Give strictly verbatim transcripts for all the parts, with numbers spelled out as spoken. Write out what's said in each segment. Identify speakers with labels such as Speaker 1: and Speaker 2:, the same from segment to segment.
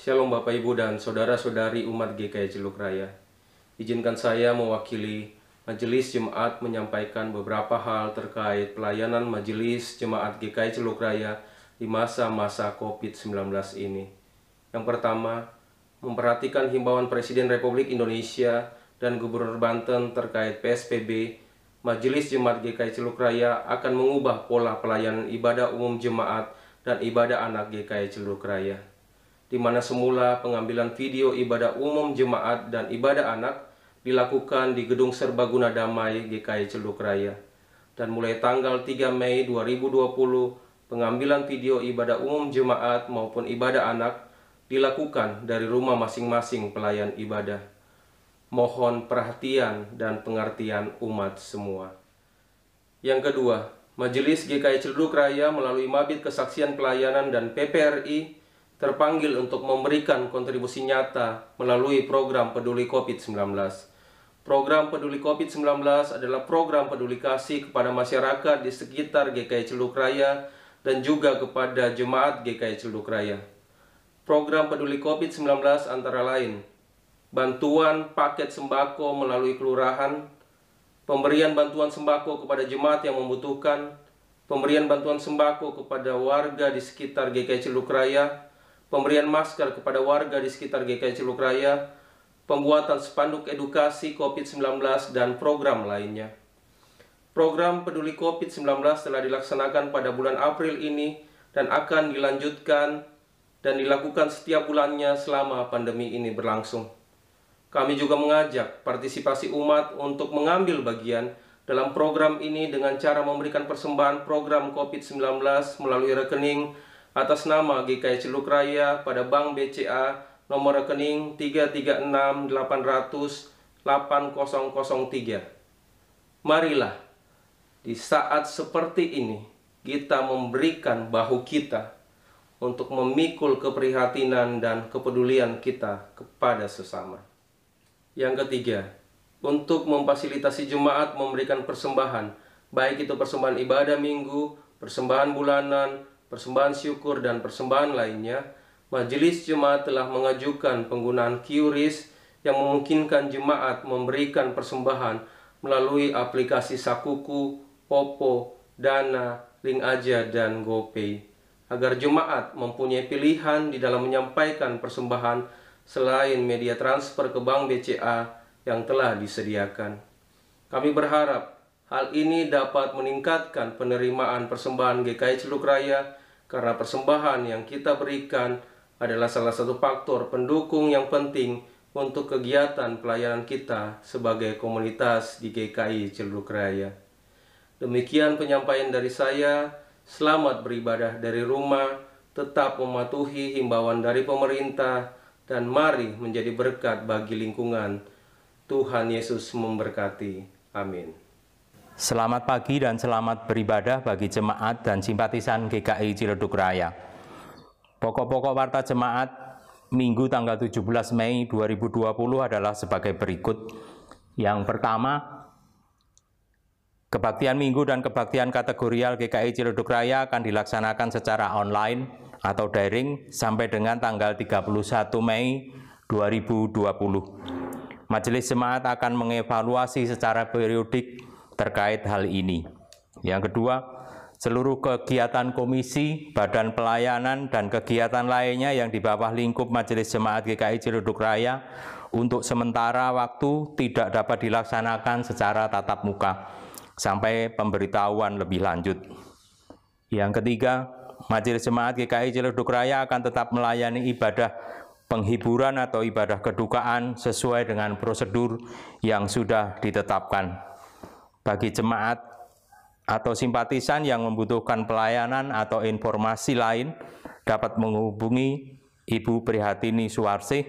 Speaker 1: Shalom Bapak Ibu dan Saudara-saudari umat G K I Ciluk Raya. Izinkan saya mewakili Majelis Jemaat menyampaikan beberapa hal terkait pelayanan Majelis Jemaat G K I Ciluk Raya di masa-masa COVID sembilan belas ini. Yang pertama, memperhatikan himbauan Presiden Republik Indonesia dan Gubernur Banten terkait P S B B, Majelis Jemaat G K I Ciluk Raya akan mengubah pola pelayanan ibadah umum jemaat dan ibadah anak G K I Ciluk Raya, di mana semula pengambilan video ibadah umum jemaat dan ibadah anak dilakukan di Gedung Serbaguna Damai G K I Ciluk Raya. Dan mulai tanggal tiga Mei dua ribu dua puluh, pengambilan video ibadah umum jemaat maupun ibadah anak dilakukan dari rumah masing-masing pelayan ibadah. Mohon perhatian dan pengertian umat semua. Yang kedua, Majelis G K I Ciluk Raya melalui Mabit Kesaksian Pelayanan dan P P R I terpanggil untuk memberikan kontribusi nyata melalui program Peduli COVID sembilan belas. Program Peduli COVID sembilan belas adalah program peduli kasih kepada masyarakat di sekitar G K I Ciluk Raya dan juga kepada jemaat G K I Ciluk Raya. Program Peduli COVID sembilan belas antara lain bantuan paket sembako melalui kelurahan, pemberian bantuan sembako kepada jemaat yang membutuhkan, pemberian bantuan sembako kepada warga di sekitar G K I Ciluk Raya, pemberian masker kepada warga di sekitar G K I Ciluk Raya, pembuatan spanduk edukasi COVID sembilan belas, dan program lainnya. Program Peduli COVID sembilan belas telah dilaksanakan pada bulan April ini dan akan dilanjutkan dan dilakukan setiap bulannya selama pandemi ini berlangsung. Kami juga mengajak partisipasi umat untuk mengambil bagian dalam program ini dengan cara memberikan persembahan program COVID sembilan belas melalui rekening atas nama G K I Ciluk Raya pada Bank B C A nomor rekening tiga tiga enam delapan nol nol delapan nol nol tiga. Marilah di saat seperti ini kita memberikan bahu kita untuk memikul keprihatinan dan kepedulian kita kepada sesama. Yang ketiga, untuk memfasilitasi jemaat memberikan persembahan, baik itu persembahan ibadah minggu, persembahan bulanan, persembahan syukur, dan persembahan lainnya, Majelis Jemaat telah mengajukan penggunaan Q R I S yang memungkinkan jemaat memberikan persembahan melalui aplikasi Sakuku, Popo, Dana, Link Aja, dan GoPay, agar jemaat mempunyai pilihan di dalam menyampaikan persembahan selain media transfer ke Bank B C A yang telah disediakan. Kami berharap hal ini dapat meningkatkan penerimaan persembahan G K I Ciluk Raya, karena persembahan yang kita berikan adalah salah satu faktor pendukung yang penting untuk kegiatan pelayanan kita sebagai komunitas di G K I Ciluk Raya. Demikian penyampaian dari saya. Selamat beribadah dari rumah, tetap mematuhi himbauan dari pemerintah, dan mari menjadi berkat bagi lingkungan. Tuhan Yesus memberkati. Amin.
Speaker 2: Selamat pagi dan selamat beribadah bagi jemaat dan simpatisan G K I Ciluk Raya. Pokok-pokok warta jemaat Minggu tanggal tujuh belas Mei dua ribu dua puluh adalah sebagai berikut. Yang pertama, kebaktian minggu dan kebaktian kategorial G K I Ciluk Raya akan dilaksanakan secara online atau daring sampai dengan tanggal tiga puluh satu Mei dua ribu dua puluh. Majelis Jemaat akan mengevaluasi secara periodik terkait hal ini. Yang kedua, seluruh kegiatan komisi, badan pelayanan, dan kegiatan lainnya yang di bawah lingkup Majelis Jemaat G K I Ciluk Raya untuk sementara waktu tidak dapat dilaksanakan secara tatap muka sampai pemberitahuan lebih lanjut. Yang ketiga, Majelis Jemaat G K I Ciluk Raya akan tetap melayani ibadah penghiburan atau ibadah kedukaan sesuai dengan prosedur yang sudah ditetapkan. Bagi jemaat atau simpatisan yang membutuhkan pelayanan atau informasi lain dapat menghubungi Ibu Prihatini Suwarsih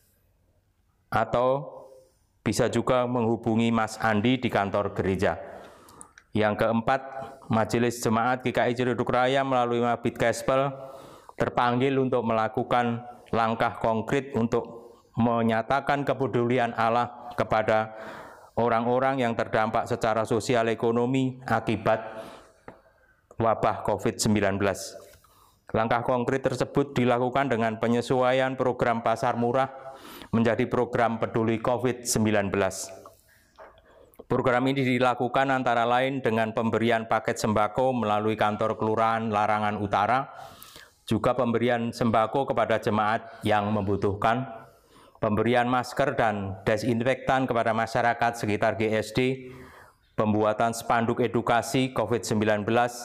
Speaker 2: atau bisa juga menghubungi Mas Andi di kantor gereja. Yang keempat, Majelis Jemaat G K I Ciluk Raya melalui Mabit Gospel terpanggil untuk melakukan langkah konkret untuk menyatakan kepedulian Allah kepada orang-orang yang terdampak secara sosial ekonomi akibat wabah COVID sembilan belas. Langkah konkret tersebut dilakukan dengan penyesuaian program pasar murah menjadi program peduli COVID sembilan belas. Program ini dilakukan antara lain dengan pemberian paket sembako melalui kantor kelurahan Larangan Utara, juga pemberian sembako kepada jemaat yang membutuhkan, pemberian masker dan desinfektan kepada masyarakat sekitar G S D, pembuatan spanduk edukasi COVID sembilan belas,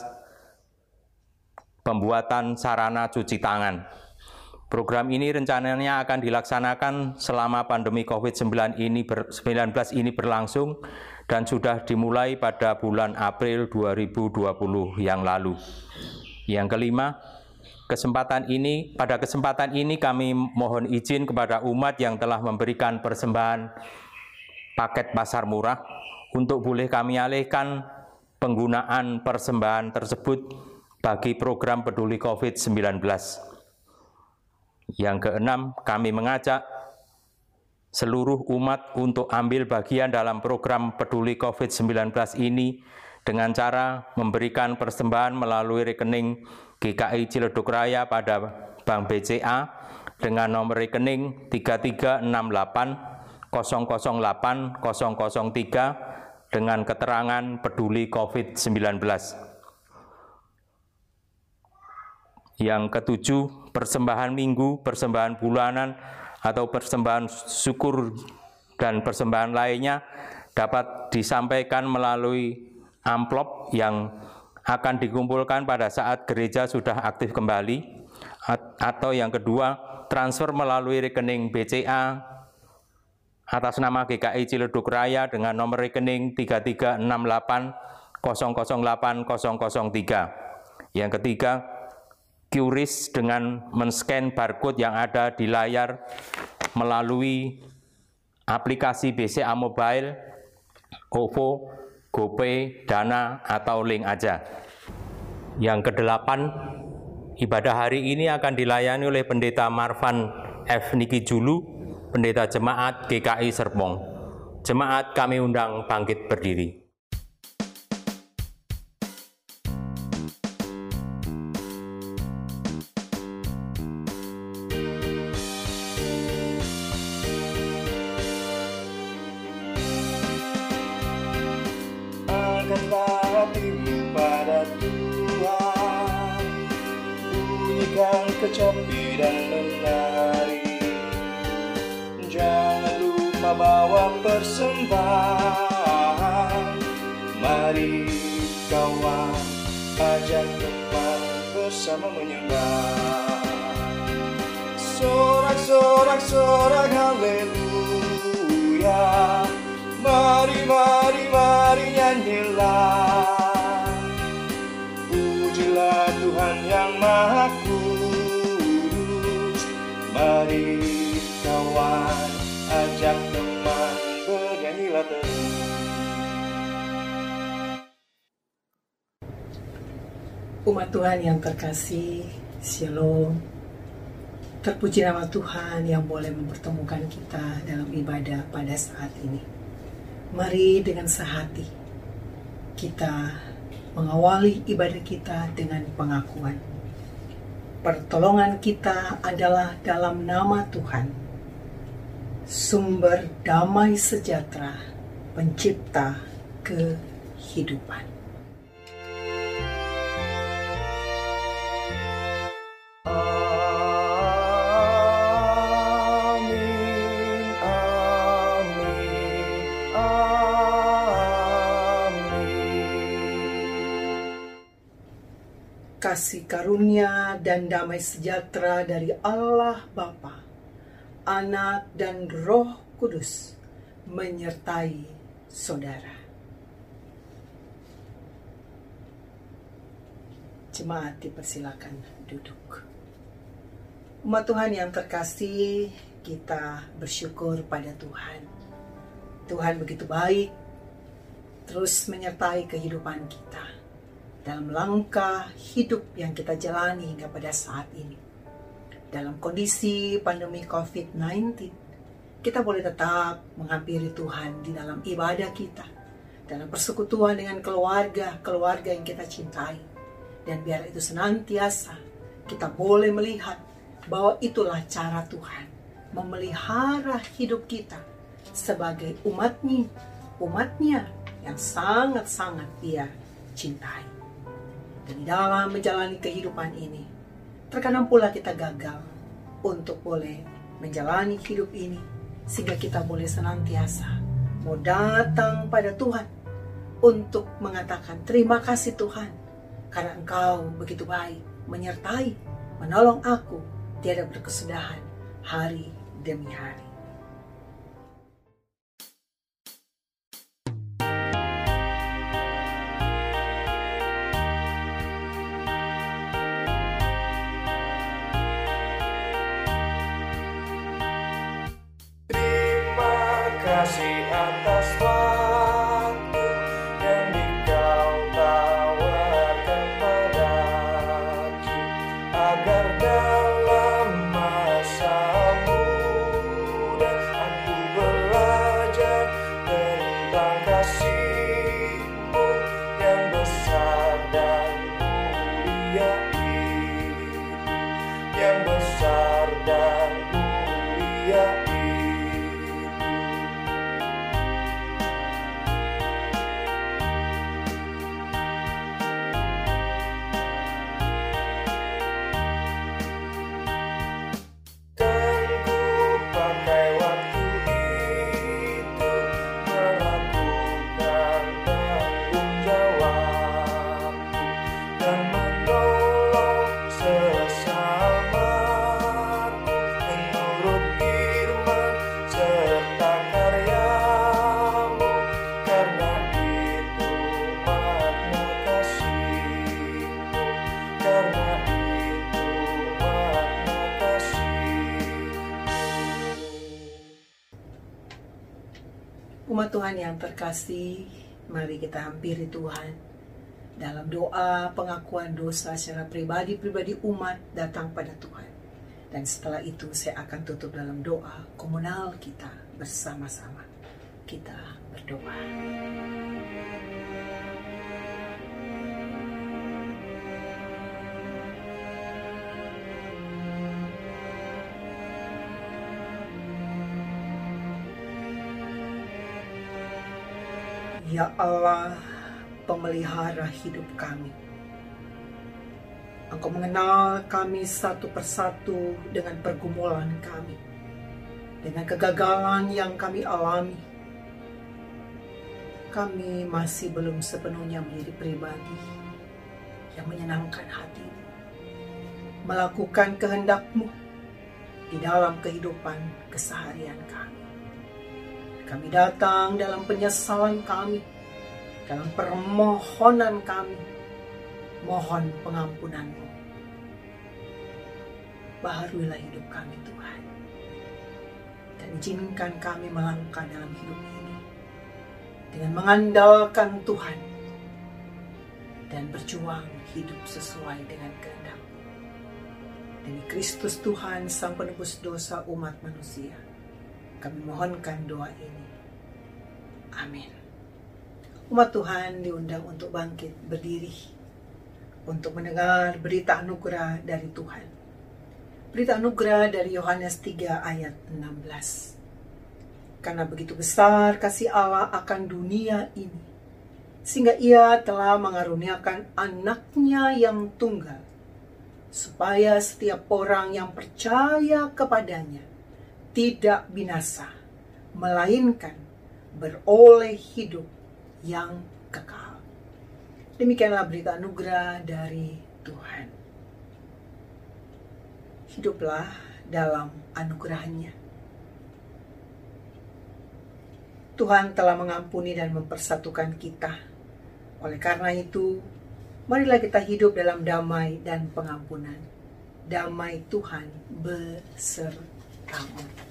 Speaker 2: pembuatan sarana cuci tangan. Program ini rencananya akan dilaksanakan selama pandemi COVID sembilan belas ini berlangsung dan sudah dimulai pada bulan April dua ribu dua puluh yang lalu. Yang kelima, kesempatan ini pada kesempatan ini kami mohon izin kepada umat yang telah memberikan persembahan paket pasar murah untuk boleh kami alihkan penggunaan persembahan tersebut bagi program peduli COVID sembilan belas. Yang keenam, kami mengajak seluruh umat untuk ambil bagian dalam program peduli COVID sembilan belas ini dengan cara memberikan persembahan melalui rekening G K I Ciledug Raya pada Bank B C A dengan nomor rekening tiga tiga enam delapan nol nol delapan nol nol tiga dengan keterangan peduli COVID sembilan belas. Yang ketujuh, persembahan minggu, persembahan bulanan, atau persembahan syukur dan persembahan lainnya dapat disampaikan melalui amplop yang akan dikumpulkan pada saat gereja sudah aktif kembali, atau yang kedua, transfer melalui rekening B C A atas nama G K I Ciledug Raya dengan nomor rekening tiga tiga enam delapan nol nol delapan nol nol tiga. Yang ketiga, Q R I S dengan men-scan barcode yang ada di layar melalui aplikasi B C A Mobile, O V O, GoPay, Dana, atau link aja. Yang kedelapan, ibadah hari ini akan dilayani oleh Pendeta Marvan F. Niki Julu, Pendeta Jemaat G K I Serpong. Jemaat kami undang bangkit berdiri.
Speaker 3: Angkatlah hatimu pada Tuhan, bunyikan kecapi dan menari. Jangan lupa bawa persembahan. Mari kawan, ajak teman bersama menyembah. Sorak-sorak sorak haleluya. Mari, mari, mari nyanyilah. Pujilah Tuhan yang Maha Kudus. Mari kawan, ajak teman bernyanyilah terus.
Speaker 4: Umat Tuhan yang terkasih, Shalom. Terpuji nama Tuhan yang boleh mempertemukan kita dalam ibadah pada saat ini. Mari dengan sehati kita mengawali ibadah kita dengan pengakuan. Pertolongan kita adalah dalam nama Tuhan, sumber damai sejahtera, pencipta kehidupan. Kasih karunia dan damai sejahtera dari Allah Bapa, Anak dan Roh Kudus menyertai saudara. Jemaat dipersilakan duduk. Umat Tuhan yang terkasih, kita bersyukur pada Tuhan. Tuhan begitu baik, terus menyertai kehidupan kita dalam langkah hidup yang kita jalani hingga pada saat ini. Dalam kondisi pandemi covid sembilan belas, kita boleh tetap menghampiri Tuhan di dalam ibadah kita, dalam persekutuan dengan keluarga-keluarga yang kita cintai. Dan biar itu senantiasa kita boleh melihat bahwa itulah cara Tuhan memelihara hidup kita sebagai umatnya, umatnya yang sangat-sangat Dia cintai. Dan di dalam menjalani kehidupan ini, terkadang pula kita gagal untuk boleh menjalani hidup ini, sehingga kita boleh senantiasa mau datang pada Tuhan untuk mengatakan terima kasih Tuhan, karena Engkau begitu baik menyertai, menolong aku tiada berkesudahan hari demi hari.
Speaker 3: Kasih atas waktu yang Dikau tawarkan padaku, agar dalam masa muda aku belajar tentang kasih-Mu yang besar dan mulia itu, yang besar dan mulia itu.
Speaker 4: Umat Tuhan yang terkasih, mari kita hampiri Tuhan dalam doa pengakuan dosa secara pribadi-pribadi umat datang pada Tuhan. Dan setelah itu saya akan tutup dalam doa komunal kita bersama-sama. Kita berdoa. Ya Allah, pemelihara hidup kami. Engkau mengenal kami satu persatu dengan pergumulan kami, dengan kegagalan yang kami alami. Kami masih belum sepenuhnya menjadi pribadi yang menyenangkan hati-Mu, melakukan kehendak-Mu di dalam kehidupan keseharian kami. Kami datang dalam penyesalan kami, dalam permohonan kami, mohon pengampunan-Mu. Baharuilah hidup kami Tuhan, dan izinkan kami melangkah dalam hidup ini dengan mengandalkan Tuhan dan berjuang hidup sesuai dengan kehendak-Mu. Demi Kristus Tuhan, Sang Penebus dosa umat manusia, kami mohonkan doa ini. Amin. Umat Tuhan diundang untuk bangkit berdiri untuk mendengar berita anugerah dari Tuhan. Berita anugerah dari Yohanes tiga ayat enam belas. Karena begitu besar kasih Allah akan dunia ini, sehingga Ia telah mengaruniakan anaknya yang tunggal, supaya setiap orang yang percaya kepadanya tidak binasa, melainkan beroleh hidup yang kekal. Demikianlah berita anugerah dari Tuhan. Hiduplah dalam anugerah-Nya. Tuhan telah mengampuni dan mempersatukan kita. Oleh karena itu, marilah kita hidup dalam damai dan pengampunan. Damai Tuhan besertamu.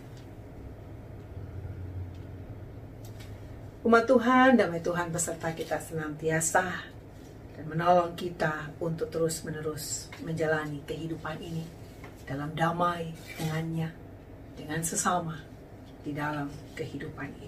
Speaker 4: Umat Tuhan, damai Tuhan beserta kita senantiasa dan menolong kita untuk terus-menerus menjalani kehidupan ini dalam damai dengannya, dengan sesama di dalam kehidupan ini.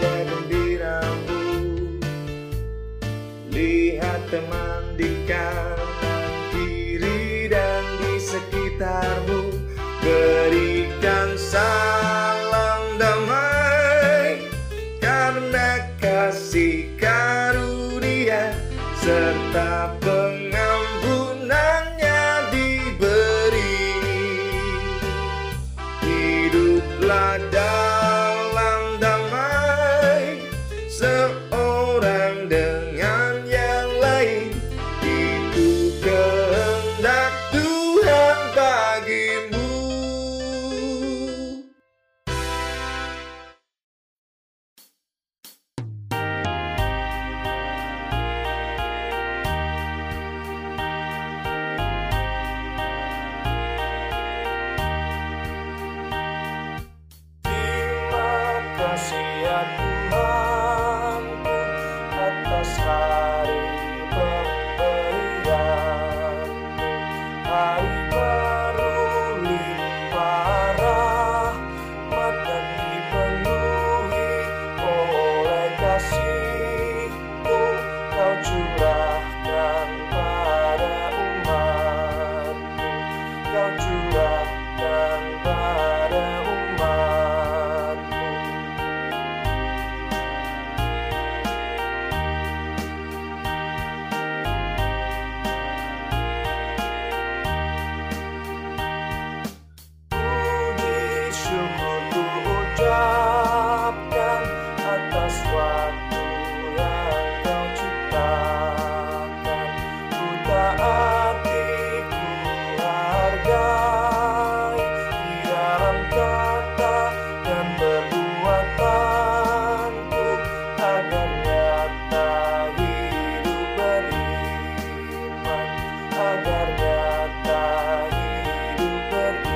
Speaker 3: wajah gembiramu. Lihat teman di kanan kiri dan di sekitarmu, berikan salam damai karena kasih karunia serta pengampunannya diberi. Hiduplah dalam damai seorang dengan yang lain, itu kehendak Tuhan bagimu. Kasih ya Tuhanku atas hari pemberian, hari baru limpah rahmat dan dipenuhi oleh kasih-Mu. Kau curahkan pada umat-Mu, Kau curahkan pada umat-Mu. Syukur ku ucapkan atas waktu yang Kau ciptakan. Ku taati, ku hargai di dalam kata dan perbuatanku, agar nyata hidup beriman, agar nyata hidup beriman.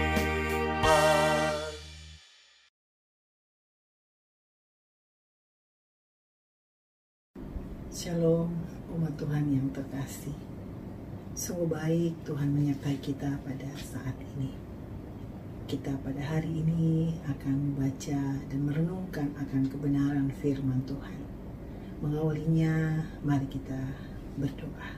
Speaker 4: Shalom, umat Tuhan yang terkasih. Sungguh baik Tuhan menyertai kita pada saat ini. Kita pada hari ini akan membaca dan merenungkan akan kebenaran firman Tuhan. Mengawalinya, mari kita berdoa.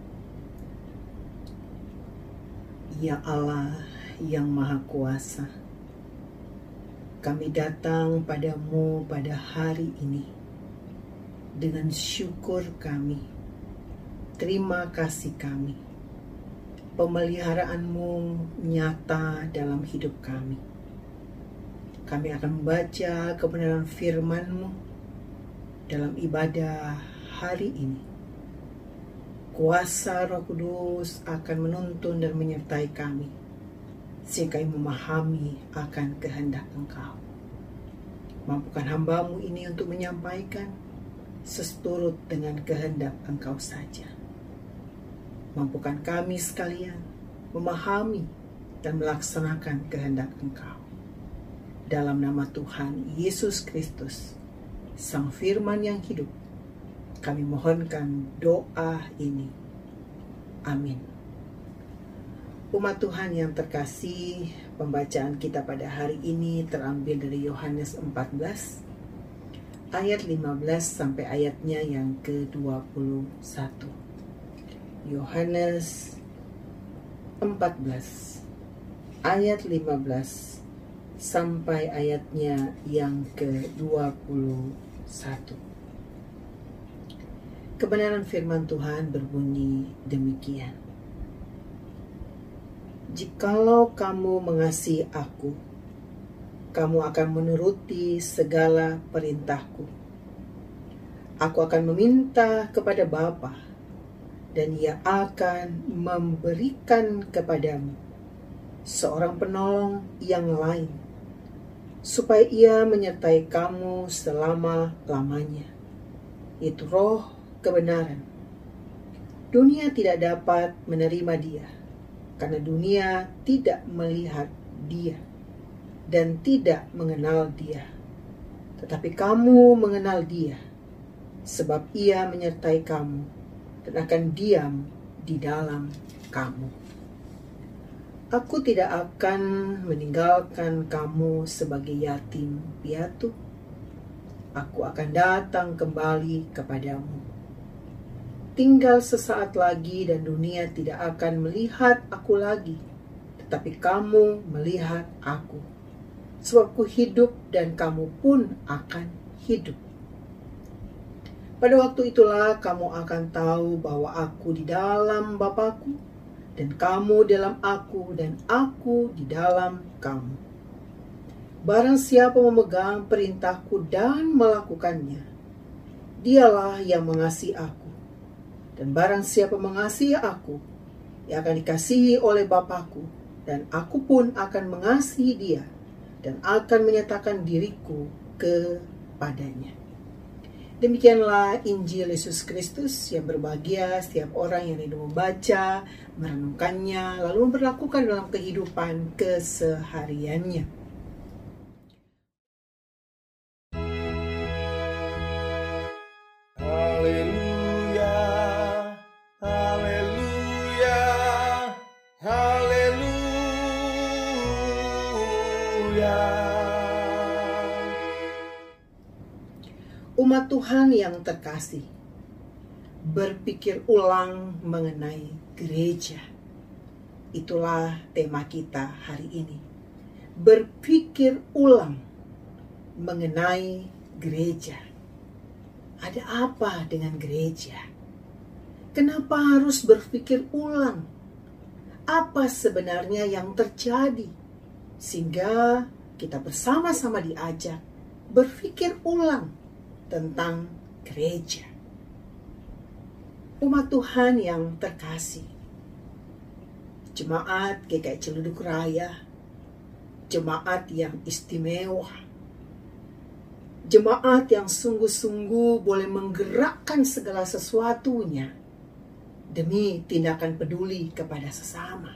Speaker 4: Ya Allah yang Maha Kuasa, kami datang padamu pada hari ini dengan syukur kami, terima kasih kami. Pemeliharaanmu nyata dalam hidup kami. Kami akan membaca kebenaran firman-Mu dalam ibadah hari ini. Kuasa Roh Kudus akan menuntun dan menyertai kami, sehingga kami memahami akan kehendak Engkau. Mampukan hamba-Mu ini untuk menyampaikan seturut dengan kehendak Engkau saja. Mampukan kami sekalian memahami dan melaksanakan kehendak Engkau. Dalam nama Tuhan Yesus Kristus, Sang Firman yang hidup, kami mohonkan doa ini. Amin. Umat Tuhan yang terkasih, pembacaan kita pada hari ini terambil dari Yohanes empat belas, ayat lima belas sampai ayatnya yang ke dua puluh satu. Yohanes empat belas ayat lima belas sampai ayatnya yang ke dua puluh satu. Kebenaran firman Tuhan berbunyi demikian. Jikalau kamu mengasihi aku, kamu akan menuruti segala perintahku. Aku akan meminta kepada Bapa, dan Ia akan memberikan kepadamu seorang penolong yang lain, supaya Ia menyertai kamu selama-lamanya, yaitu Roh kebenaran. Dunia tidak dapat menerima Dia, karena dunia tidak melihat Dia dan tidak mengenal Dia. Tetapi kamu mengenal Dia, sebab Ia menyertai kamu dan akan diam di dalam kamu. Aku tidak akan meninggalkan kamu sebagai yatim piatu. aku akan datang kembali kepadamu. Tinggal sesaat lagi dan dunia tidak akan melihat aku lagi, tetapi kamu melihat aku. Sebab ku hidup dan kamu pun akan hidup. Pada waktu itulah kamu akan tahu bahwa aku di dalam Bapa-Ku, dan kamu dalam aku, dan aku di dalam kamu. Barang siapa memegang perintahku dan melakukannya, dialah yang mengasihi aku. Dan barang siapa mengasihi aku, ia akan dikasihi oleh Bapa-Ku, dan aku pun akan mengasihi dia, dan akan menyatakan diriku kepadanya. Demikianlah Injil Yesus Kristus yang berbahagia setiap orang yang rindu membaca, merenungkannya, lalu memperlakukan dalam kehidupan kesehariannya.
Speaker 3: Haleluya, haleluya, haleluya.
Speaker 4: Umat Tuhan yang terkasih, berpikir ulang mengenai gereja. Itulah tema kita hari ini. Berpikir ulang mengenai gereja. Ada apa dengan gereja? Kenapa harus berpikir ulang? Apa sebenarnya yang terjadi? Sehingga kita bersama-sama diajak berpikir ulang tentang gereja. Umat Tuhan yang terkasih, jemaat G K I Ciledug Raya, jemaat yang istimewa, jemaat yang sungguh-sungguh boleh menggerakkan segala sesuatunya demi tindakan peduli kepada sesama.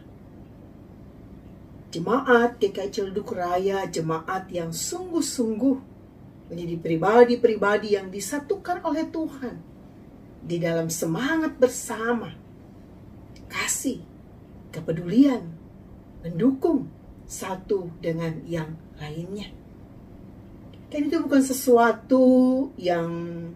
Speaker 4: Jemaat G K I Ciledug Raya, jemaat yang sungguh-sungguh menjadi pribadi-pribadi yang disatukan oleh Tuhan di dalam semangat bersama, kasih, kepedulian, mendukung satu dengan yang lainnya. Dan itu bukan sesuatu yang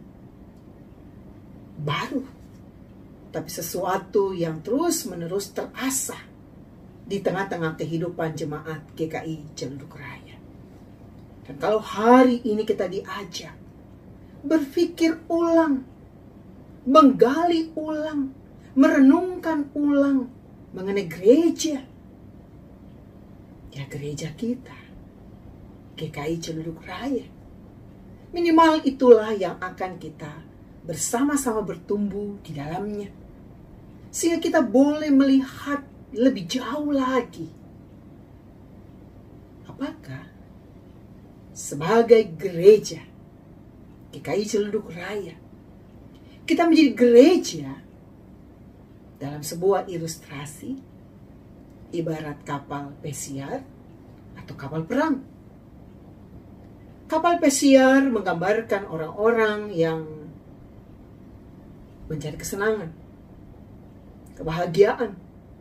Speaker 4: baru, tapi sesuatu yang terus-menerus terasah di tengah-tengah kehidupan jemaat G K I Ciledug Raya. Dan kalau hari ini kita diajak berpikir ulang, menggali ulang, merenungkan ulang mengenai gereja, ya gereja kita, G K I Ciledug Raya. Minimal itulah yang akan kita bersama-sama bertumbuh di dalamnya. Sehingga kita boleh melihat lebih jauh lagi. Apakah sebagai gereja G K I Ciledug Raya, kita menjadi gereja dalam sebuah ilustrasi ibarat kapal pesiar atau kapal perang. Kapal pesiar menggambarkan orang-orang yang mencari kesenangan, kebahagiaan,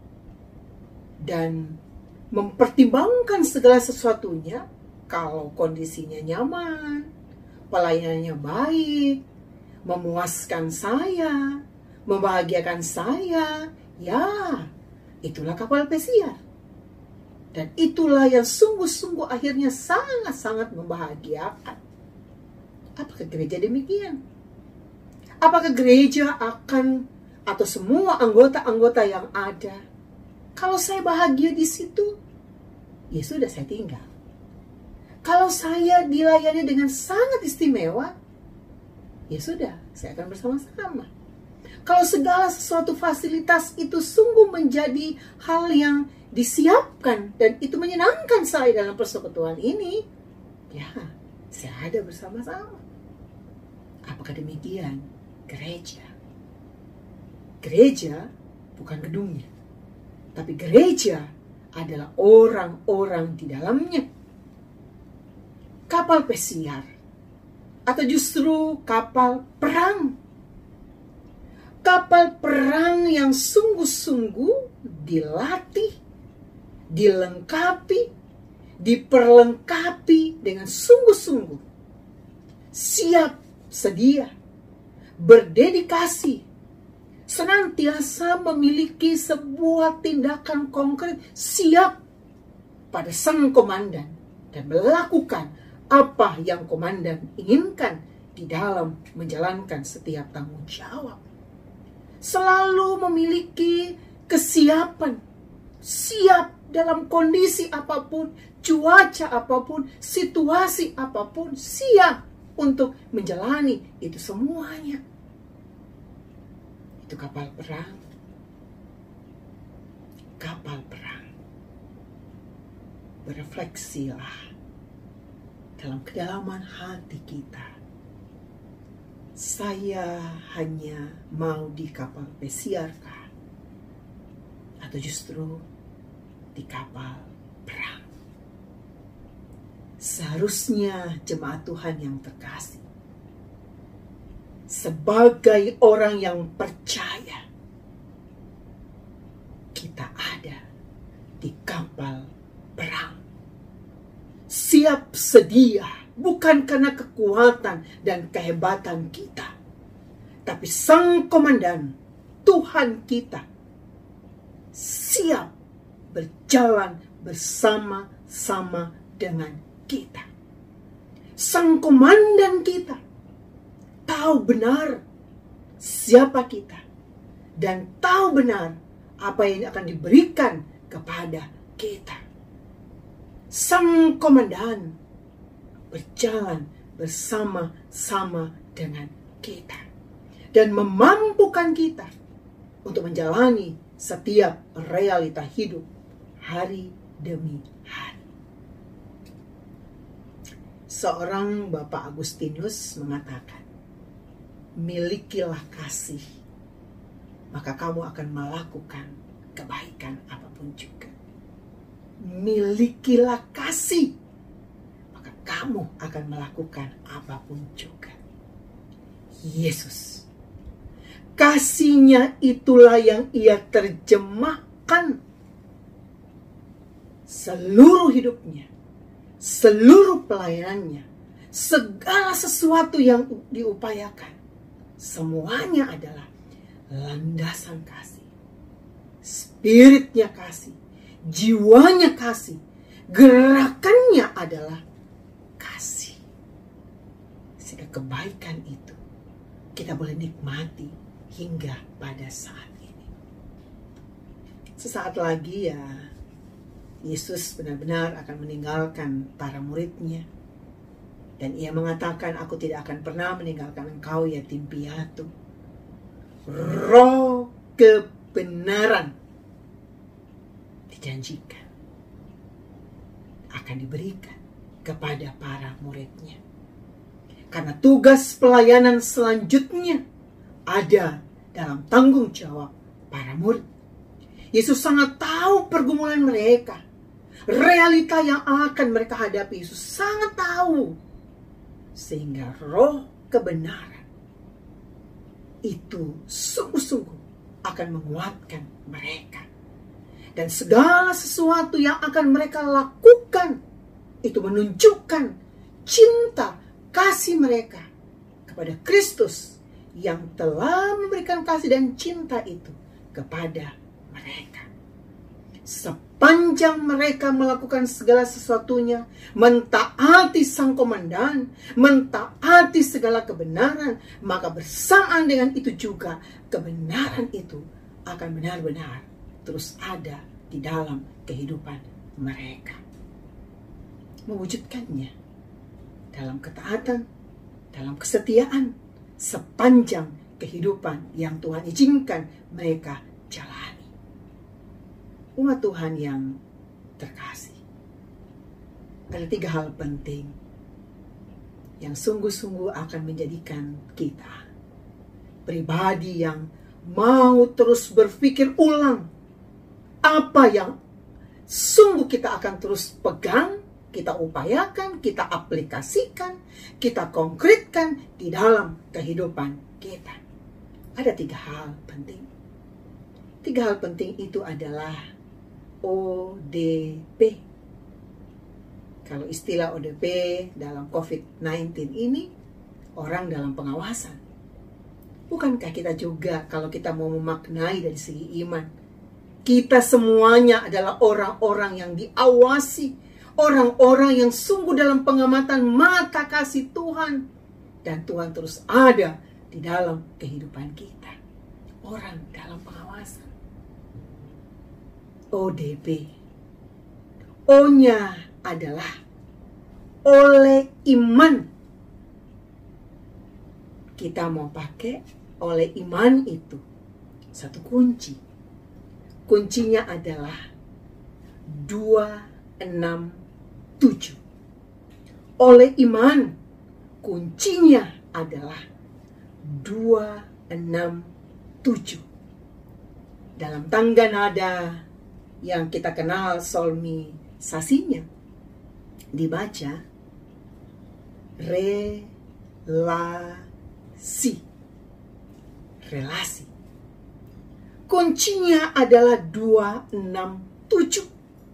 Speaker 4: dan mempertimbangkan segala sesuatunya. Kalau kondisinya nyaman, pelayanannya baik, memuaskan saya, membahagiakan saya, ya itulah kapal pesiar. Dan itulah yang sungguh-sungguh akhirnya sangat-sangat membahagiakan. Apakah gereja demikian? Apakah gereja akan, atau semua anggota-anggota yang ada, kalau saya bahagia di situ, ya sudah saya tinggal. Kalau saya dilayani dengan sangat istimewa, ya sudah, saya akan bersama-sama. Kalau segala sesuatu fasilitas itu sungguh menjadi hal yang disiapkan dan itu menyenangkan saya dalam persekutuan ini, ya, saya ada bersama-sama. Apakah demikian gereja? Gereja bukan gedungnya, tapi gereja adalah orang-orang di dalamnya. Kapal pesiar atau justru kapal perang. Kapal perang yang sungguh-sungguh dilatih, dilengkapi, diperlengkapi dengan sungguh-sungguh. siap sedia, berdedikasi, senantiasa memiliki sebuah tindakan konkret, siap pada sang komandan dan melakukan apa yang komandan inginkan di dalam menjalankan setiap tanggung jawab. Selalu memiliki kesiapan, siap dalam kondisi apapun, cuaca apapun, situasi apapun, siap untuk menjalani itu semuanya. Itu kapal perang. Kapal perang. Berefleksilah dalam kedalaman hati kita. Saya hanya mau di kapal pesiarkah? Atau justru di kapal perang? Seharusnya jemaat Tuhan yang terkasih, sebagai orang yang percaya, kita ada di kapal perang. Siap sedia, bukan karena kekuatan dan kehebatan kita, tapi Sang Komandan, Tuhan kita, siap berjalan bersama-sama dengan kita. Sang Komandan kita tahu benar siapa kita dan tahu benar apa yang akan diberikan kepada kita. Sang Komandan berjalan bersama-sama dengan kita dan memampukan kita untuk menjalani setiap realita hidup hari demi hari. Seorang Bapak Agustinus mengatakan, milikilah kasih, maka kamu akan melakukan kebaikan apapun juga. Milikilah kasih, maka kamu akan melakukan apapun juga. Yesus, kasihnya itulah yang ia terjemahkan seluruh hidupnya, seluruh pelayanannya, segala sesuatu yang diupayakan, semuanya adalah landasan kasih, spiritnya kasih, jiwanya kasih, gerakannya adalah kasih. Sehingga kebaikan itu kita boleh nikmati hingga pada saat ini. Sesaat lagi ya, Yesus benar-benar akan meninggalkan para muridnya. Dan ia mengatakan, aku tidak akan pernah meninggalkan engkau yatim piatu. Roh kebenaran dijanjikan akan diberikan kepada para muridnya. Karena tugas pelayanan selanjutnya ada dalam tanggung jawab para murid. Yesus sangat tahu pergumulan mereka. Realita yang akan mereka hadapi, Yesus sangat tahu. Sehingga roh kebenaran itu sungguh-sungguh akan menguatkan mereka. Dan segala sesuatu yang akan mereka lakukan itu menunjukkan cinta kasih mereka kepada Kristus yang telah memberikan kasih dan cinta itu kepada mereka. Sepanjang mereka melakukan segala sesuatunya, mentaati Sang Komandan, mentaati segala kebenaran, maka bersamaan dengan itu juga kebenaran itu akan benar-benar terus ada di dalam kehidupan mereka. Mewujudkannya dalam ketaatan, dalam kesetiaan, sepanjang kehidupan yang Tuhan izinkan mereka jalani. Umat Tuhan yang terkasih, ada tiga hal penting yang sungguh-sungguh akan menjadikan kita pribadi yang mau terus berpikir ulang apa yang sungguh kita akan terus pegang, kita upayakan, kita aplikasikan, kita konkretkan di dalam kehidupan kita. Ada tiga hal penting. Tiga hal penting itu adalah O D P. Kalau istilah O D P dalam covid sembilan belas ini orang dalam pengawasan. Bukankah kita juga, kalau kita mau memaknai dari segi iman, kita semuanya adalah orang-orang yang diawasi, orang-orang yang sungguh dalam pengamatan mata kasih Tuhan, dan Tuhan terus ada di dalam kehidupan kita. Orang dalam pengawasan. O D B. O-nya adalah oleh iman. Kita mau pakai oleh iman itu satu kunci. Kuncinya adalah dua enam tujuh. Oleh iman, kuncinya adalah dua enam tujuh. Dalam tangga nada yang kita kenal solmisasinya dibaca relasi. Relasi. Kuncinya adalah dua enam tujuh.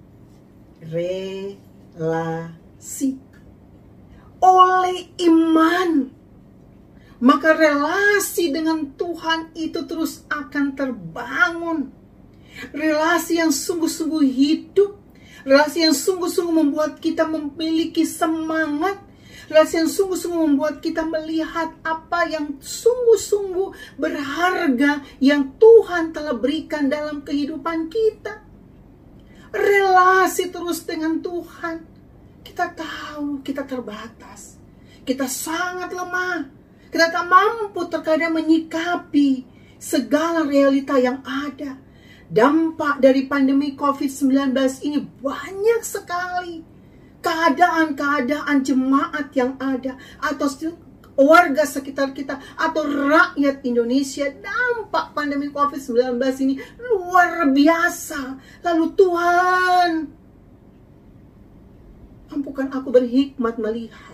Speaker 4: Relasi. Oleh iman, maka relasi dengan Tuhan itu terus akan terbangun. Relasi yang sungguh-sungguh hidup. Relasi yang sungguh-sungguh membuat kita memiliki semangat. Relasi yang sungguh-sungguh membuat kita melihat apa yang sungguh-sungguh berharga yang Tuhan telah berikan dalam kehidupan kita. Relasi terus dengan Tuhan. Kita tahu kita terbatas. Kita sangat lemah. Kita tak mampu terkadang menyikapi segala realita yang ada. Dampak dari pandemi covid sembilan belas ini banyak sekali. Keadaan-keadaan jemaat yang ada, atau warga sekitar kita, atau rakyat Indonesia, dampak pandemi covid sembilan belas ini luar biasa. Lalu Tuhan, mampukan aku berhikmat melihat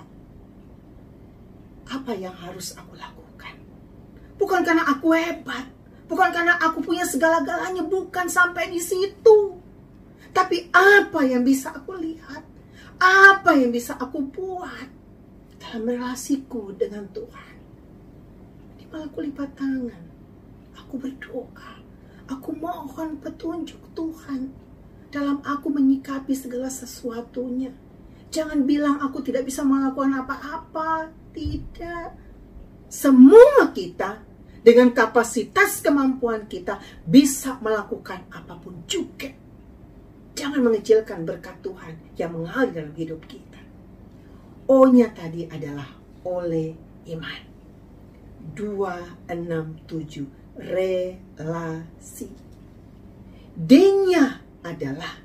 Speaker 4: apa yang harus aku lakukan. Bukan karena aku hebat, bukan karena aku punya segala-galanya, bukan sampai di situ. Tapi apa yang bisa aku lihat? Apa yang bisa aku buat dalam relasiku dengan Tuhan? Di malah aku lipat tangan, aku berdoa, aku mohon petunjuk Tuhan dalam aku menyikapi segala sesuatunya. Jangan bilang aku tidak bisa melakukan apa-apa. Tidak. Semua kita dengan kapasitas kemampuan kita bisa melakukan apapun juga. Jangan mengecilkan berkat Tuhan yang mengalir dalam hidup kita. O-nya tadi adalah oleh iman. dua enam tujuh. Relasi. D-nya adalah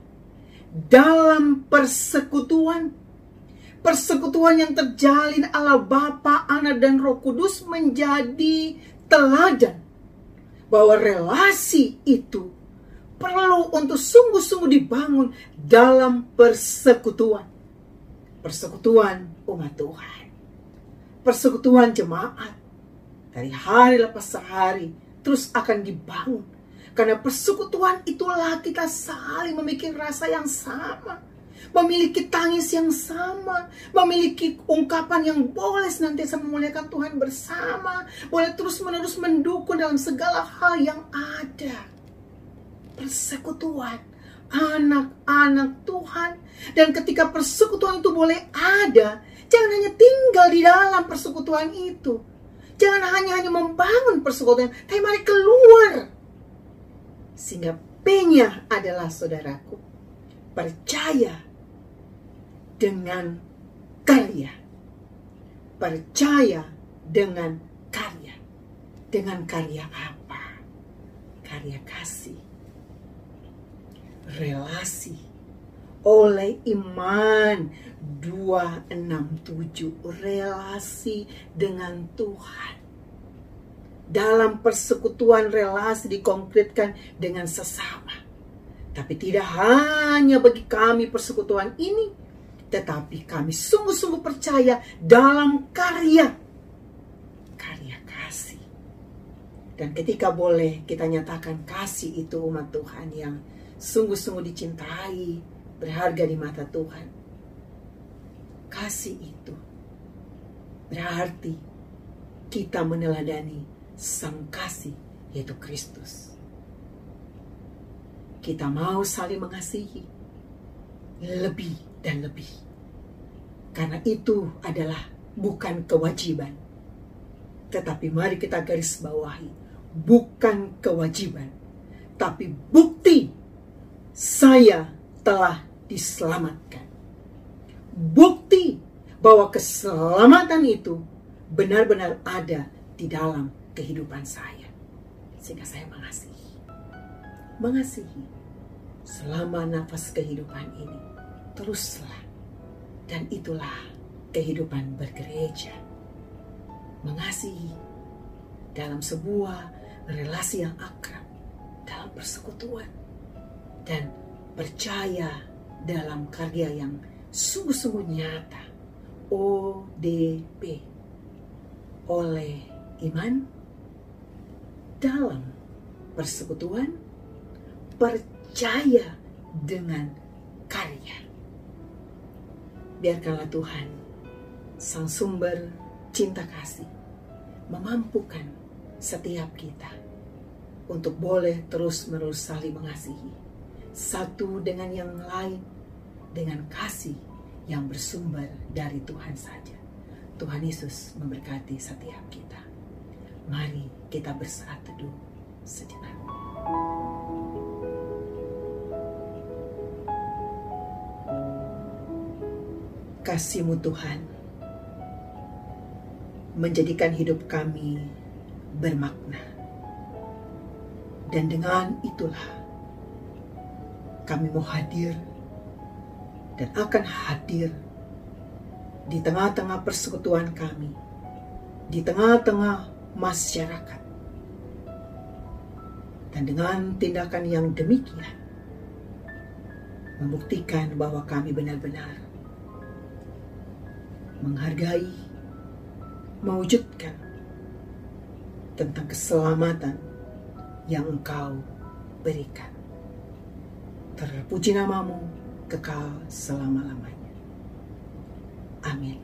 Speaker 4: dalam persekutuan. Persekutuan yang terjalin Allah Bapa, Anak, dan Roh Kudus menjadi teladan bahwa relasi itu perlu untuk sungguh-sungguh dibangun dalam persekutuan. Persekutuan umat Tuhan. Persekutuan jemaat. Dari hari lepas hari terus akan dibangun. Karena persekutuan itulah kita saling memiliki rasa yang sama. Memiliki tangis yang sama. Memiliki ungkapan yang boleh senantiasa memuliakan Tuhan bersama. Boleh terus-menerus mendukung dalam segala hal yang ada. Persekutuan anak-anak Tuhan. Dan ketika persekutuan itu boleh ada, jangan hanya tinggal di dalam persekutuan itu. Jangan hanya-hanya membangun persekutuan, tapi mari keluar. Sehingga P-nya adalah, saudaraku, percaya dengan karya. Percaya dengan karya. Dengan karya apa? Karya kasih. Relasi oleh iman. Dua enam tujuh. Relasi dengan Tuhan. Dalam persekutuan, relasi dikonkretkan dengan sesama. Tapi tidak hanya bagi kami persekutuan ini, tetapi kami sungguh-sungguh percaya dalam karya. Karya kasih. Dan ketika boleh kita nyatakan kasih itu umat Tuhan yang sungguh-sungguh dicintai, berharga di mata Tuhan. Kasih itu berarti kita meneladani Sang Kasih, yaitu Kristus. Kita mau saling mengasihi lebih dan lebih. Karena itu adalah bukan kewajiban. Tetapi mari kita garis bawahi, bukan kewajiban, tapi bukti saya telah diselamatkan. Bukti bahwa keselamatan itu benar-benar ada di dalam kehidupan saya. Sehingga saya mengasihi. Mengasihi selama nafas kehidupan ini. Teruslah. Dan itulah kehidupan bergereja. Mengasihi dalam sebuah relasi yang akrab, dalam persekutuan, dan percaya dalam karya yang sungguh-sungguh nyata, O D P, oleh iman dalam persekutuan, percaya dengan karya. Biarkanlah Tuhan, Sang Sumber cinta kasih, memampukan setiap kita untuk boleh terus-menerus saling mengasihi satu dengan yang lain, dengan kasih yang bersumber dari Tuhan saja. Tuhan Yesus memberkati setiap kita. Mari kita bersaat teduh sejenak. Kasih-Mu Tuhan menjadikan hidup kami bermakna. Dan dengan itulah kami mau hadir dan akan hadir di tengah-tengah persekutuan kami, di tengah-tengah masyarakat. Dan dengan tindakan yang demikian, membuktikan bahwa kami benar-benar menghargai, mewujudkan tentang keselamatan yang Engkau berikan. Terpuji nama-Mu kekal selama-lamanya. Amin.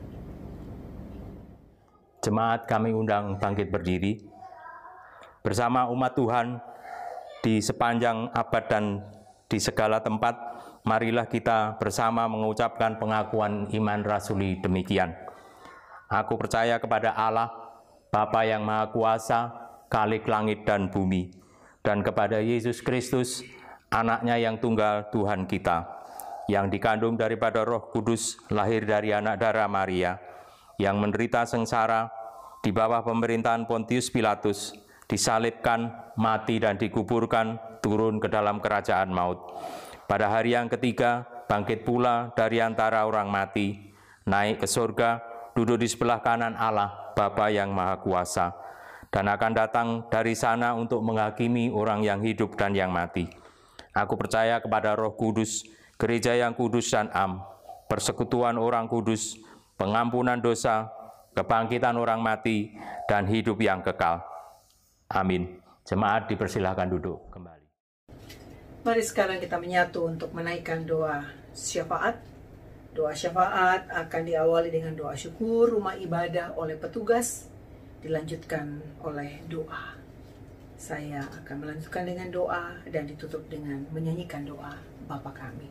Speaker 2: Jemaat kami undang bangkit berdiri. Bersama umat Tuhan di sepanjang abad dan di segala tempat, marilah kita bersama mengucapkan pengakuan iman rasuli demikian. Aku percaya kepada Allah, Bapa yang Maha Kuasa, Khalik langit dan bumi, dan kepada Yesus Kristus, Anaknya yang tunggal Tuhan kita, yang dikandung daripada Roh Kudus, lahir dari anak darah Maria, yang menderita sengsara di bawah pemerintahan Pontius Pilatus, disalibkan, mati dan dikuburkan, turun ke dalam kerajaan maut. Pada hari yang ketiga, bangkit pula dari antara orang mati, naik ke surga, duduk di sebelah kanan Allah, Bapa yang Maha Kuasa, dan akan datang dari sana untuk menghakimi orang yang hidup dan yang mati. Aku percaya kepada Roh Kudus, gereja yang kudus dan am, persekutuan orang kudus, pengampunan dosa, kebangkitan orang mati, dan hidup yang kekal. Amin. Jemaat dipersilahkan duduk kembali.
Speaker 4: Mari sekarang kita menyatu untuk menaikkan doa syafaat. Doa syafaat akan diawali dengan doa syukur rumah ibadah oleh petugas, dilanjutkan oleh doa. Saya akan melanjutkan dengan doa dan ditutup dengan menyanyikan doa Bapa kami.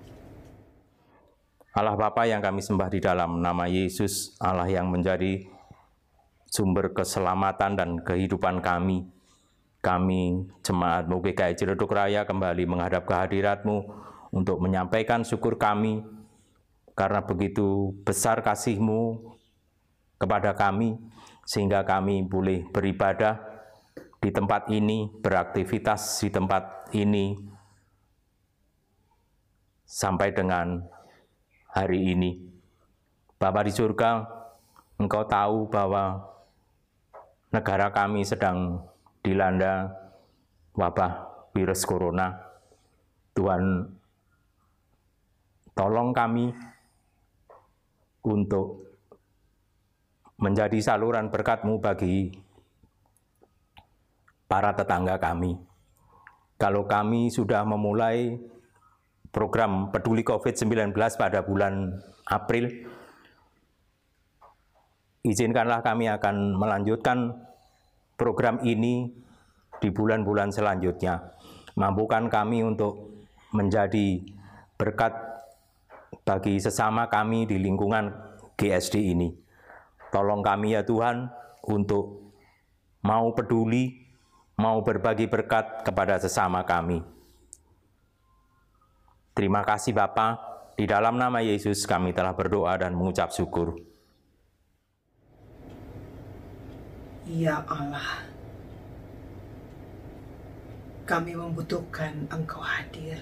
Speaker 2: Allah Bapa yang kami sembah di dalam nama Yesus, Allah yang menjadi sumber keselamatan dan kehidupan kami. Kami, Jemaat M U G K I Ciledug Raya, kembali menghadap kehadirat-Mu untuk menyampaikan syukur kami, karena begitu besar kasih-Mu kepada kami, sehingga kami boleh beribadah di tempat ini, beraktivitas di tempat ini, sampai dengan hari ini. Bapa di surga, Engkau tahu bahwa negara kami sedang dilanda wabah virus corona. Tuhan, tolong kami untuk menjadi saluran berkat-Mu bagi para tetangga kami. Kalau kami sudah memulai program peduli covid sembilan belas pada bulan April, izinkanlah kami akan melanjutkan program ini di bulan-bulan selanjutnya. Mampukan kami untuk menjadi berkat bagi sesama kami di lingkungan G S D ini. Tolong kami ya Tuhan untuk mau peduli, mau berbagi berkat kepada sesama kami. Terima kasih Bapa, di dalam nama Yesus kami telah berdoa dan mengucap syukur.
Speaker 4: Ya Allah, kami membutuhkan Engkau hadir.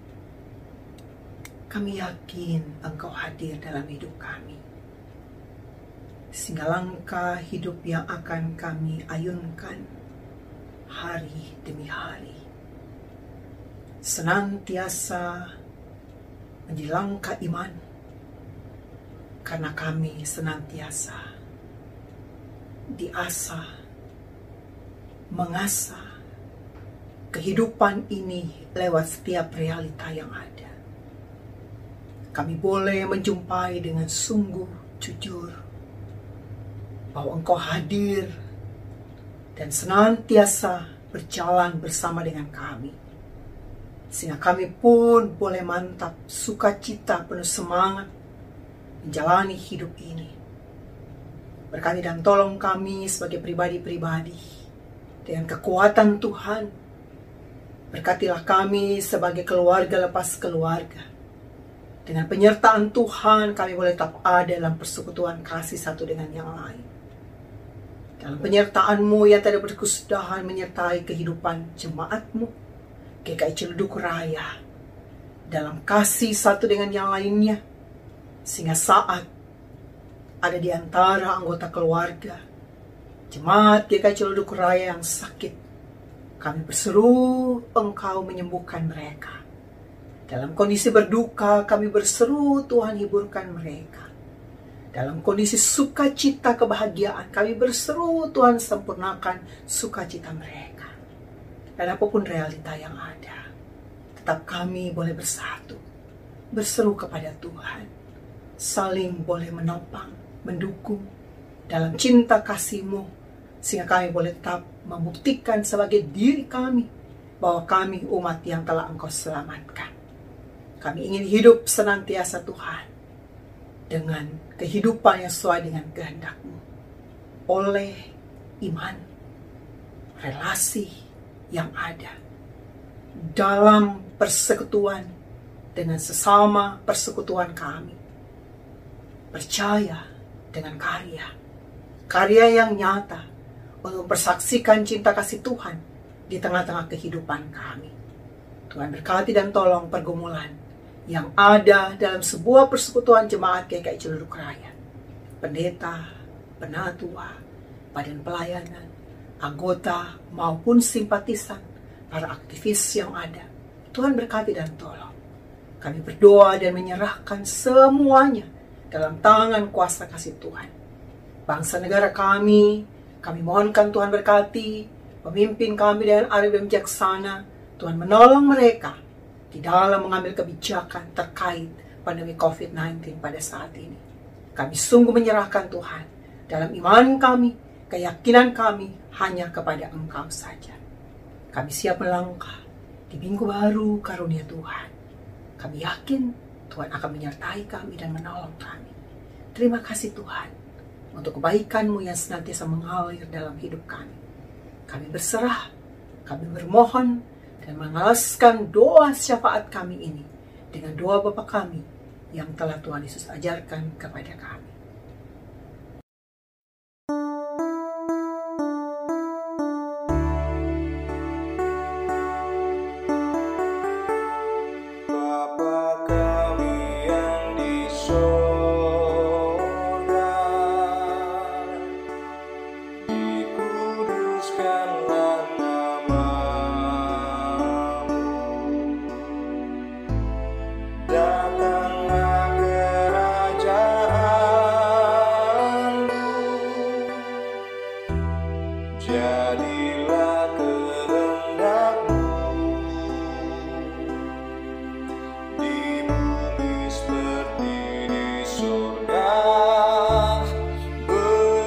Speaker 4: Kami yakin Engkau hadir dalam hidup kami. Sehingga langkah hidup yang akan kami ayunkan hari demi hari senantiasa menjadi langkah iman, karena kami senantiasa diasah, mengasah kehidupan ini lewat setiap realita yang ada. Kami boleh menjumpai dengan sungguh jujur bahwa Engkau hadir dan senantiasa berjalan bersama dengan kami. Sehingga kami pun boleh mantap, sukacita, penuh semangat menjalani hidup ini. Berkati dan tolong kami sebagai pribadi-pribadi dengan kekuatan Tuhan. Berkatilah kami sebagai keluarga lepas keluarga. Dengan penyertaan Tuhan kami boleh tetap ada dalam persekutuan kasih satu dengan yang lain. Dalam penyertaan-Mu yang tidak berkesudahan menyertai kehidupan jemaat-Mu G K I Ciledug Raya dalam kasih satu dengan yang lainnya, sehingga saat ada di antara anggota keluarga jemaat G K I Ciledug Raya yang sakit, kami berseru Engkau menyembuhkan mereka. Dalam kondisi berduka kami berseru Tuhan hiburkan mereka. Dalam kondisi sukacita kebahagiaan kami berseru Tuhan sempurnakan sukacita mereka. Dan apapun realita yang ada, tetap kami boleh bersatu, berseru kepada Tuhan, saling boleh menopang, mendukung dalam cinta kasih-Mu, sehingga kami boleh tetap membuktikan sebagai diri kami bahwa kami umat yang telah Engkau selamatkan. Kami ingin hidup senantiasa Tuhan dengan kehidupan yang sesuai dengan kehendak-Mu, oleh iman, relasi yang ada dalam persekutuan dengan sesama persekutuan kami. Percaya dengan karya, karya yang nyata untuk mempersaksikan cinta kasih Tuhan di tengah-tengah kehidupan kami. Tuhan berkati dan tolong pergumulan yang ada dalam sebuah persekutuan jemaat G K I Ciledug Raya. Pendeta, penatua, badan pelayanan, anggota maupun simpatisan, para aktivis yang ada. Tuhan berkati dan tolong. Kami berdoa dan menyerahkan semuanya dalam tangan kuasa kasih Tuhan. Bangsa negara kami, kami mohonkan Tuhan berkati, pemimpin kami dengan arif dan bijaksana, Tuhan menolong mereka di dalam mengambil kebijakan terkait pandemi covid sembilan belas pada saat ini. Kami sungguh menyerahkan Tuhan dalam iman kami, keyakinan kami hanya kepada Engkau saja. Kami siap melangkah di minggu baru karunia Tuhan. Kami yakin Tuhan akan menyertai kami dan menolong kami. Terima kasih Tuhan untuk kebaikan-Mu yang senantiasa mengalir dalam hidup kami. Kami berserah, kami bermohon dan mengalaskan doa syafaat kami ini dengan doa Bapa kami yang telah Tuhan Yesus ajarkan kepada kami.
Speaker 3: Surga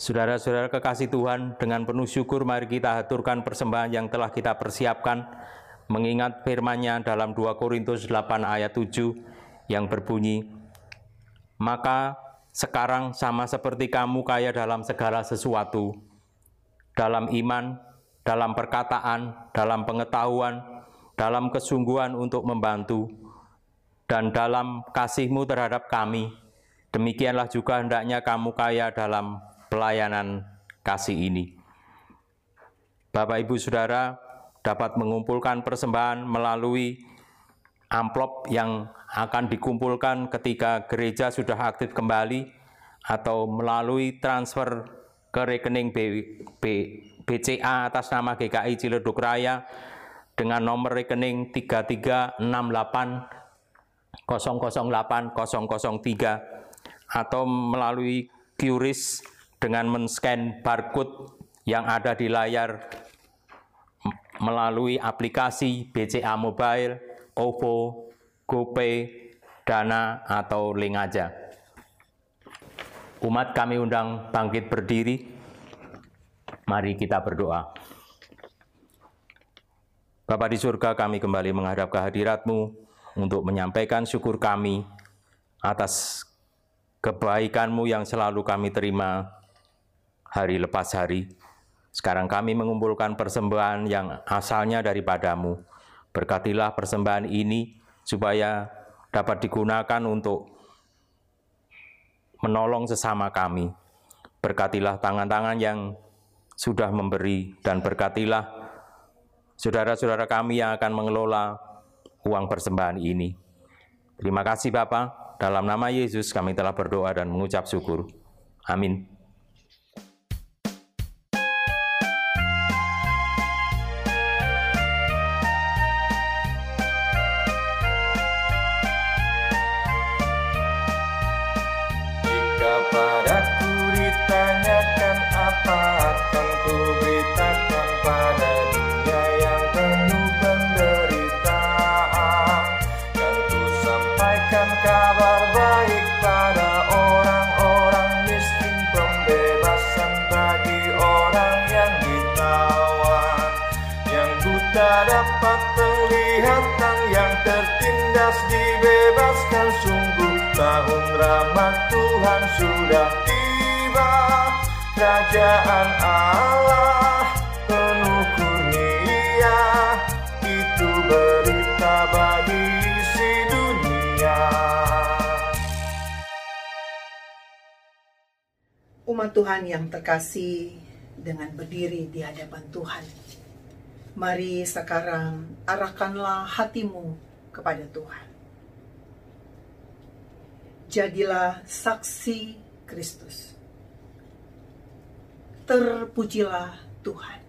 Speaker 2: Saudara-saudara kekasih Tuhan, dengan penuh syukur mari kita haturkan persembahan yang telah kita persiapkan, mengingat firman-Nya dalam dua Korintus delapan ayat tujuh yang berbunyi, "Maka sekarang sama seperti kamu kaya dalam segala sesuatu, dalam iman, dalam perkataan, dalam pengetahuan, dalam kesungguhan untuk membantu, dan dalam kasih-Mu terhadap kami, demikianlah juga hendaknya kamu kaya dalam pelayanan kasih ini." Bapak, Ibu, Saudara dapat mengumpulkan persembahan melalui amplop yang akan dikumpulkan ketika gereja sudah aktif kembali, atau melalui transfer ke rekening B, B, B C A atas nama G K I Ciledug Raya dengan nomor rekening tiga tiga enam delapan nol nol delapan nol nol tiga, atau melalui Q R I S dengan men-scan barcode yang ada di layar melalui aplikasi B C A Mobile, O V O, GoPay, Dana, atau link aja. Umat kami undang bangkit berdiri. Mari kita berdoa. Bapa di surga, kami kembali menghadap kehadirat-Mu untuk menyampaikan syukur kami atas kebaikan-Mu yang selalu kami terima hari lepas hari. Sekarang kami mengumpulkan persembahan yang asalnya daripada-Mu. Berkatilah persembahan ini supaya dapat digunakan untuk menolong sesama kami. Berkatilah tangan-tangan yang sudah memberi, dan berkatilah saudara-saudara kami yang akan mengelola uang persembahan ini. Terima kasih Bapa, dalam nama Yesus kami telah berdoa dan mengucap syukur. Amin.
Speaker 3: Jika padaku ditanyakan apa akan ku beritakan pada dunia yang penuh penderitaan, kan ku sampaikan kabar baik pada orang-orang miskin, pembebasan bagi orang yang ditawan, yang buta dapat penglihatan, yang tertindas dibebaskan. Sungguh tahun rahmat Tuhan sudah tiba, kerajaan Allah penuh kurnia, itu berita bagi isi dunia.
Speaker 4: Umat Tuhan yang terkasih, dengan berdiri di hadapan Tuhan, mari sekarang arahkanlah hatimu kepada Tuhan. Jadilah saksi Kristus. Terpujilah Tuhan.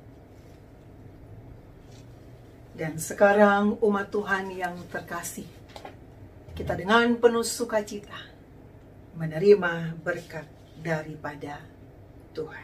Speaker 4: Dan sekarang umat Tuhan yang terkasih, kita dengan penuh sukacita menerima berkat daripada Tuhan.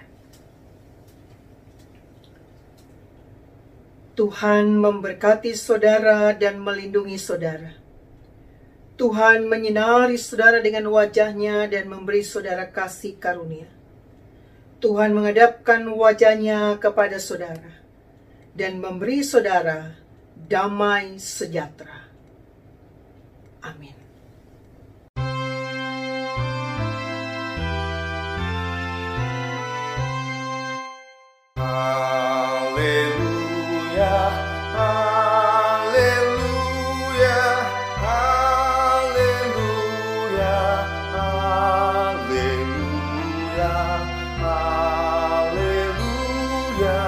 Speaker 4: Tuhan memberkati saudara dan melindungi saudara. Tuhan menyinari saudara dengan wajah-Nya dan memberi saudara kasih karunia. Tuhan menghadapkan wajah-Nya kepada saudara dan memberi saudara damai sejahtera. Amin.
Speaker 3: Haleluya, haleluya, haleluya, haleluya, haleluya,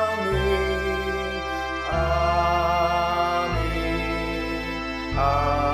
Speaker 3: amin, amin, amin.